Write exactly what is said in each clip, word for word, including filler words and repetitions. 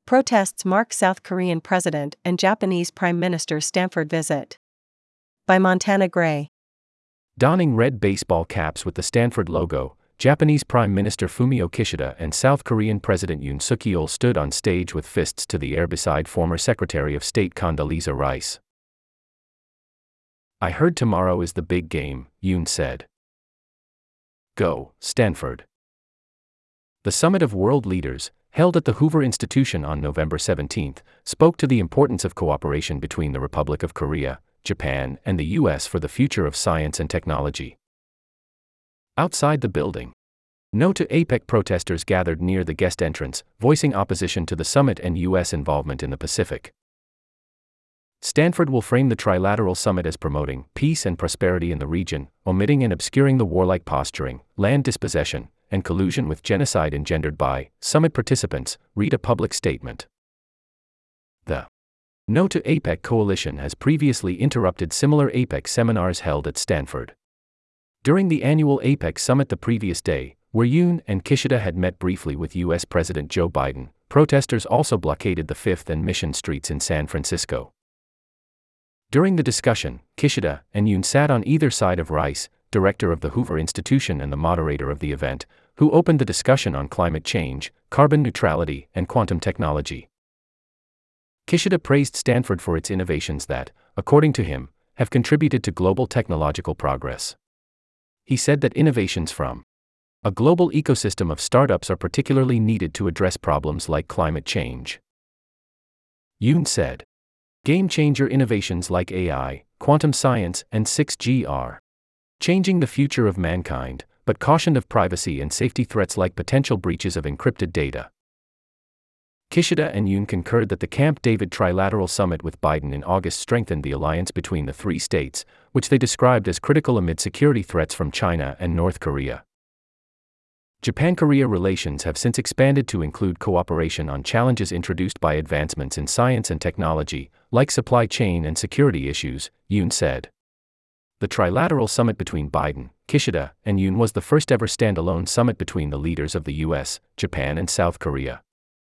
Protests mark South Korean President and Japanese Prime Minister's Stanford visit. By Montana Gray. Donning red baseball caps with the Stanford logo, Japanese Prime Minister Fumio Kishida and South Korean President Yoon Suk-yeol stood on stage with fists to the air beside former Secretary of State Condoleezza Rice. "I heard tomorrow is the big game," Yoon said. Go, Stanford. The Summit of World Leaders, held at the Hoover Institution on November seventeenth, spoke to the importance of cooperation between the Republic of Korea, Japan, and the U S for the future of science and technology. Outside the building, No to APEC protesters gathered near the guest entrance, voicing opposition to the summit and U S involvement in the Pacific. Stanford will frame the trilateral summit as promoting peace and prosperity in the region, omitting and obscuring the warlike posturing, land dispossession, and collusion with genocide engendered by summit participants, read a public statement. The No to APEC coalition has previously interrupted similar APEC seminars held at Stanford. During the annual APEC summit the previous day, where Yoon and Kishida had met briefly with U S President Joe Biden, protesters also blockaded the Fifth and Mission Streets in San Francisco. During the discussion, Kishida and Yoon sat on either side of Rice, director of the Hoover Institution and the moderator of the event, who opened the discussion on climate change, carbon neutrality, and quantum technology. Kishida praised Stanford for its innovations that, according to him, have contributed to global technological progress. He said that innovations from a global ecosystem of startups are particularly needed to address problems like climate change. Yoon said, "Game-changer innovations like A I, quantum science, and six G are changing the future of mankind," but cautioned of privacy and safety threats like potential breaches of encrypted data. Kishida and Yoon concurred that the Camp David Trilateral Summit with Biden in August strengthened the alliance between the three states, which they described as critical amid security threats from China and North Korea. Japan-Korea relations have since expanded to include cooperation on challenges introduced by advancements in science and technology, like supply chain and security issues, Yoon said. The Trilateral Summit between Biden, Kishida, and Yoon was the first-ever standalone summit between the leaders of the U S, Japan, and South Korea.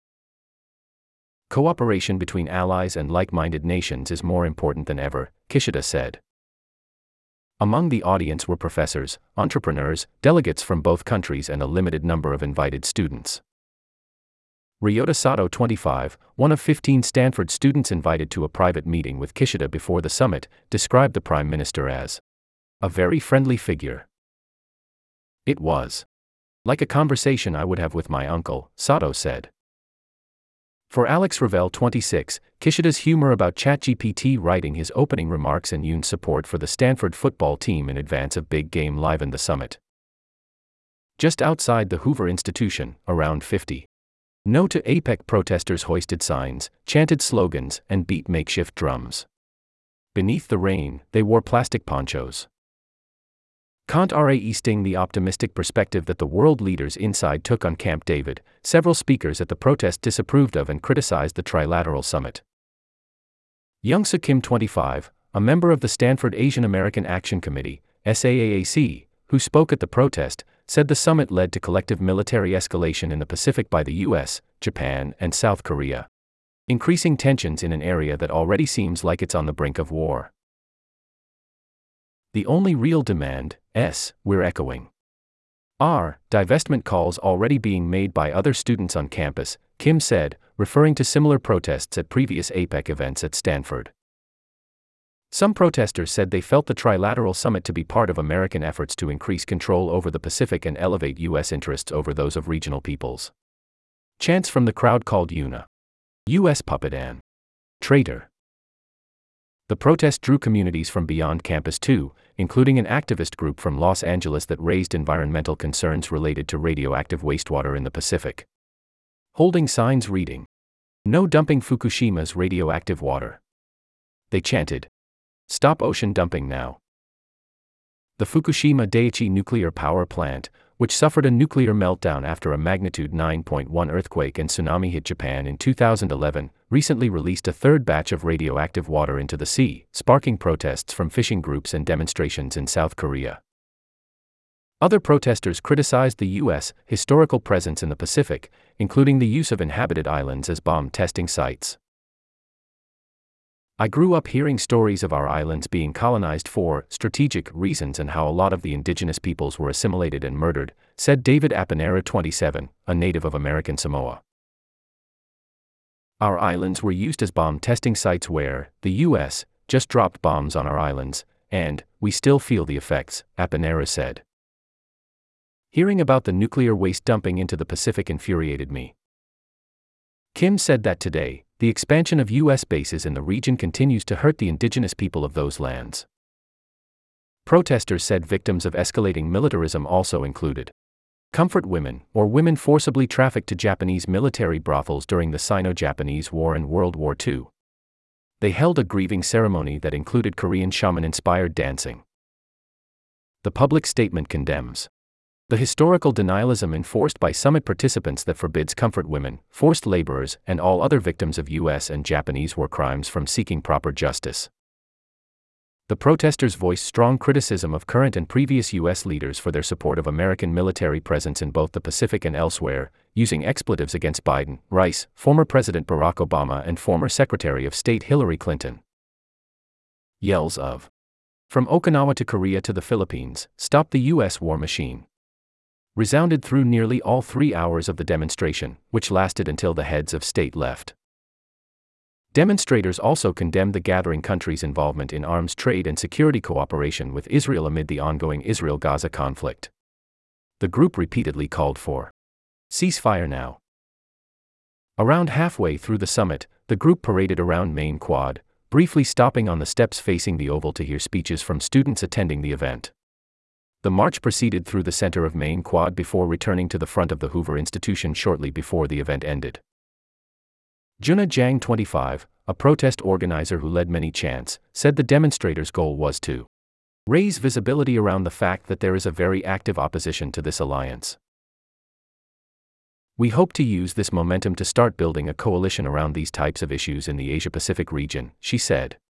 Cooperation between allies and like-minded nations is more important than ever, Kishida said. Among the audience were professors, entrepreneurs, delegates from both countries, and a limited number of invited students. Ryota Sato, twenty-five, one of fifteen Stanford students invited to a private meeting with Kishida before the summit, described the Prime Minister as a very friendly figure. "It was like a conversation I would have with my uncle," Sato said. For Alex Ravel, twenty-six, Kishida's humor about ChatGPT writing his opening remarks and Yoon's support for the Stanford football team in advance of big game livened the summit. Just outside the Hoover Institution, around fifty No to APEC protesters hoisted signs, chanted slogans, and beat makeshift drums. Beneath the rain, they wore plastic ponchos. Contrasting the optimistic perspective that the world leaders inside took on Camp David, several speakers at the protest disapproved of and criticized the Trilateral Summit. Young-soo Kim, twenty-five, a member of the Stanford Asian American Action Committee, S A A A C, who spoke at the protest, said the summit led to collective military escalation in the Pacific by the U S, Japan, and South Korea, increasing tensions in an area that already seems like it's on the brink of war. "The only real demand, S, we're echoing. Are divestment calls already being made by other students on campus," Kim said, referring to similar protests at previous APEC events at Stanford. Some protesters said they felt the Trilateral Summit to be part of American efforts to increase control over the Pacific and elevate U S interests over those of regional peoples. Chants from the crowd called Yoon a U S puppet and traitor. The protest drew communities from beyond campus too, including an activist group from Los Angeles that raised environmental concerns related to radioactive wastewater in the Pacific. Holding signs reading, "No dumping Fukushima's radioactive water." They chanted, "Stop ocean dumping now." The Fukushima Daiichi nuclear power plant, which suffered a nuclear meltdown after a magnitude nine point one earthquake and tsunami hit Japan in two thousand eleven, recently released a third batch of radioactive water into the sea, sparking protests from fishing groups and demonstrations in South Korea. Other protesters criticized the U S historical presence in the Pacific, including the use of inhabited islands as bomb testing sites. I grew up hearing stories of our islands being colonized for strategic reasons and how a lot of the indigenous peoples were assimilated and murdered, said David Apanera, twenty-seven, a native of American Samoa. Our islands were used as bomb testing sites where the U S just dropped bombs on our islands, and we still feel the effects, Apanera said. Hearing about the nuclear waste dumping into the Pacific infuriated me. Kim said that today, the expansion of U S bases in the region continues to hurt the indigenous people of those lands. Protesters said victims of escalating militarism also included comfort women, or women forcibly trafficked to Japanese military brothels during the Sino-Japanese War and World War Two. They held a grieving ceremony that included Korean shaman-inspired dancing. The public statement condemns the historical denialism enforced by summit participants that forbids comfort women, forced laborers, and all other victims of U S and Japanese war crimes from seeking proper justice. The protesters voiced strong criticism of current and previous U S leaders for their support of American military presence in both the Pacific and elsewhere, using expletives against Biden, Rice, former President Barack Obama, and former Secretary of State Hillary Clinton. Yells of "From Okinawa to Korea to the Philippines, stop the U S war machine" resounded through nearly all three hours of the demonstration, which lasted until the heads of state left. Demonstrators also condemned the gathering country's involvement in arms trade and security cooperation with Israel amid the ongoing Israel-Gaza conflict. The group repeatedly called for ceasefire now. Around halfway through the summit, the group paraded around Main Quad, briefly stopping on the steps facing the Oval to hear speeches from students attending the event. The march proceeded through the center of Main Quad before returning to the front of the Hoover Institution shortly before the event ended. Juna Jiang, twenty-five, a protest organizer who led many chants, said the demonstrators' goal was to raise visibility around the fact that there is a very active opposition to this alliance. We hope to use this momentum to start building a coalition around these types of issues in the Asia-Pacific region, she said.